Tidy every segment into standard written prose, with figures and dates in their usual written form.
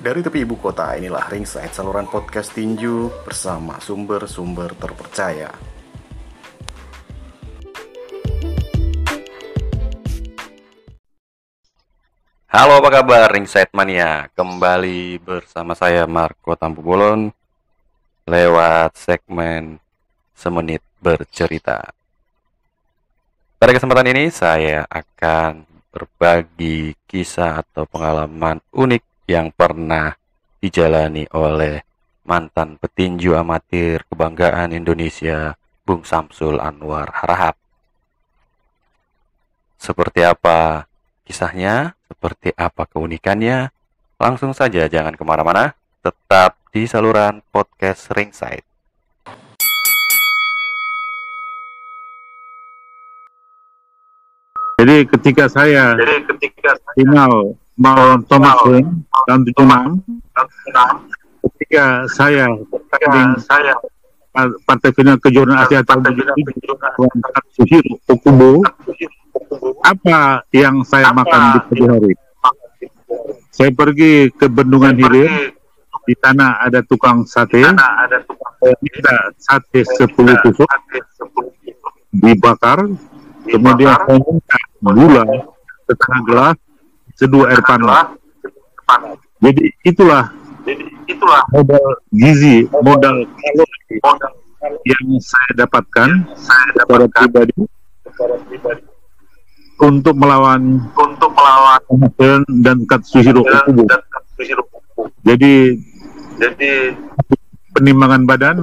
Dari tepi ibu kota, inilah Ringside, saluran podcast tinju bersama sumber-sumber terpercaya. Halo, apa kabar Ringside Mania? Kembali bersama saya Marco Tampubolon lewat segmen Semenit Bercerita. Pada kesempatan ini saya akan berbagi kisah atau pengalaman unik yang pernah dijalani oleh mantan petinju amatir kebanggaan Indonesia, Bung Samsul Anwar Harahap. Seperti apa kisahnya, seperti apa keunikannya, langsung saja jangan kemana-mana, tetap di saluran podcast Ringside. Jadi ketika saya final melawan Thomas Wayne tahun 76, ketika saya partai final kejuaraan Asia tahun 77 melawan Katsuhiro Okubo, apa yang saya makan di pagi hari? Saya pergi ke Bendungan Hilir, di sana ada tukang sate, ada sate 10 tusuk dibakar, kemudian saya minta gula setengah gelas, seduh air panas. Jadi itulah modal gizi, modal kalori yang saya dapatkan secara pribadi untuk melawan dan Katsuhiro Okubo. Jadi penimbangan badan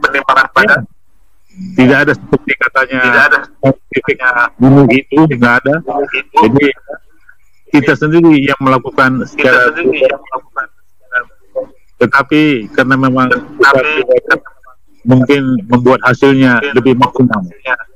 tidak ada seperti katanya bunuh itu, nggak ada. Jadi kita sendiri yang melakukan secara tetapi karena memang mungkin membuat hasilnya lebih maksimal.